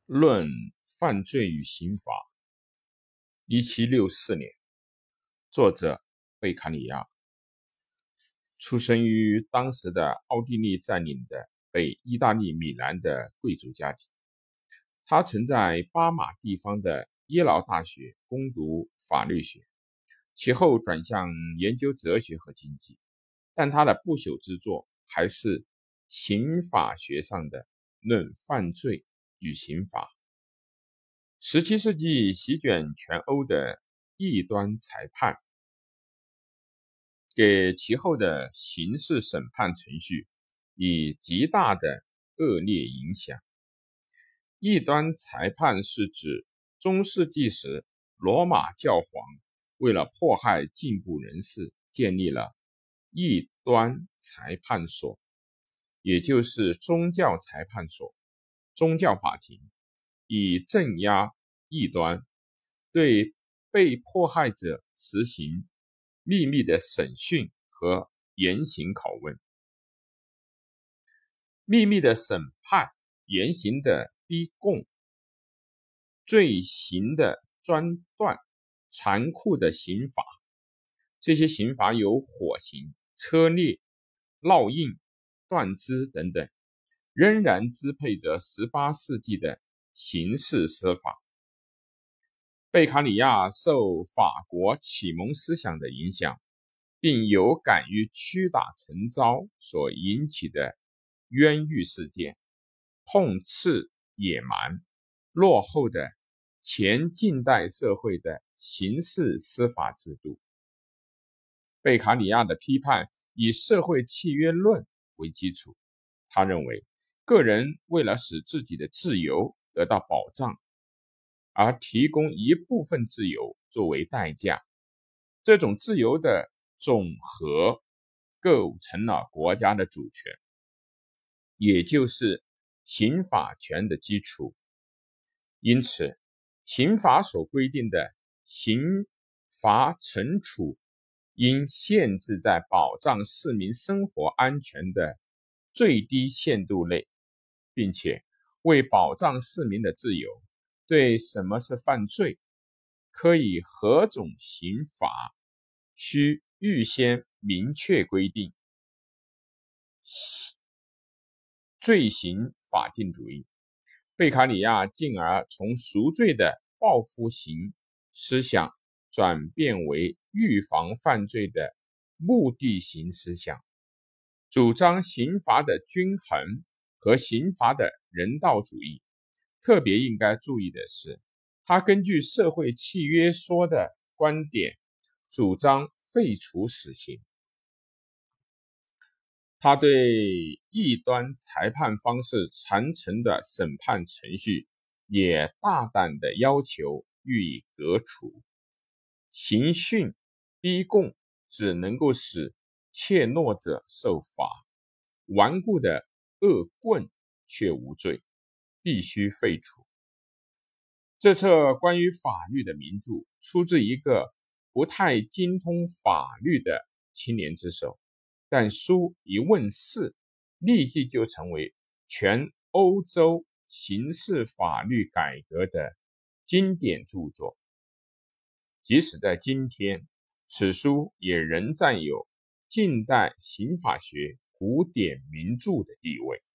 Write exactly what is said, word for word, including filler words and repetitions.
论犯罪与刑罚，一七六四年，作者贝卡里亚，出生于当时的奥地利占领的北意大利米兰的贵族家庭。他曾在巴马地方的耶劳大学攻读法律学，其后转向研究哲学和经济，但他的不朽之作还是刑法学上的论犯罪与刑罚。十七世纪席卷全欧的异端裁判，给其后的刑事审判程序以极大的恶劣影响。异端裁判是指中世纪时罗马教皇为了迫害进步人士建立了异端裁判所，也就是宗教裁判所、宗教法庭，以镇压异端，对被迫害者实行秘密的审讯和严刑拷问。秘密的审判、严刑的逼供、罪行的专断、残酷的刑罚，这些刑罚有火刑、车裂、烙印、断肢等等，仍然支配着十八世纪的刑事司法。贝卡里亚受法国启蒙思想的影响，并有感于屈打成招所引起的冤狱事件，痛斥野蛮、落后的前近代社会的刑事司法制度。贝卡里亚的批判以社会契约论为基础，他认为个人为了使自己的自由得到保障，而提供一部分自由作为代价，这种自由的总和构成了国家的主权，也就是刑法权的基础。因此，刑法所规定的刑罚惩处应限制在保障市民生活安全的最低限度内，并且为保障市民的自由，对什么是犯罪，可以何种刑罚，需预先明确规定。罪刑法定主义，贝卡里亚进而从赎罪的报复型思想转变为预防犯罪的目的型思想，主张刑罚的均衡和刑罚的人道主义。特别应该注意的是，他根据社会契约说的观点，主张废除死刑。他对异端裁判方式传承的审判程序也大胆地要求予以革除。刑讯、逼供只能够使怯懦者受罚，顽固的恶棍却无罪，必须废除。这册关于法律的名著出自一个不太精通法律的青年之手，但书一问世，立即就成为全欧洲刑事法律改革的经典著作。即使在今天，此书也仍占有近代刑法学古典名著的地位。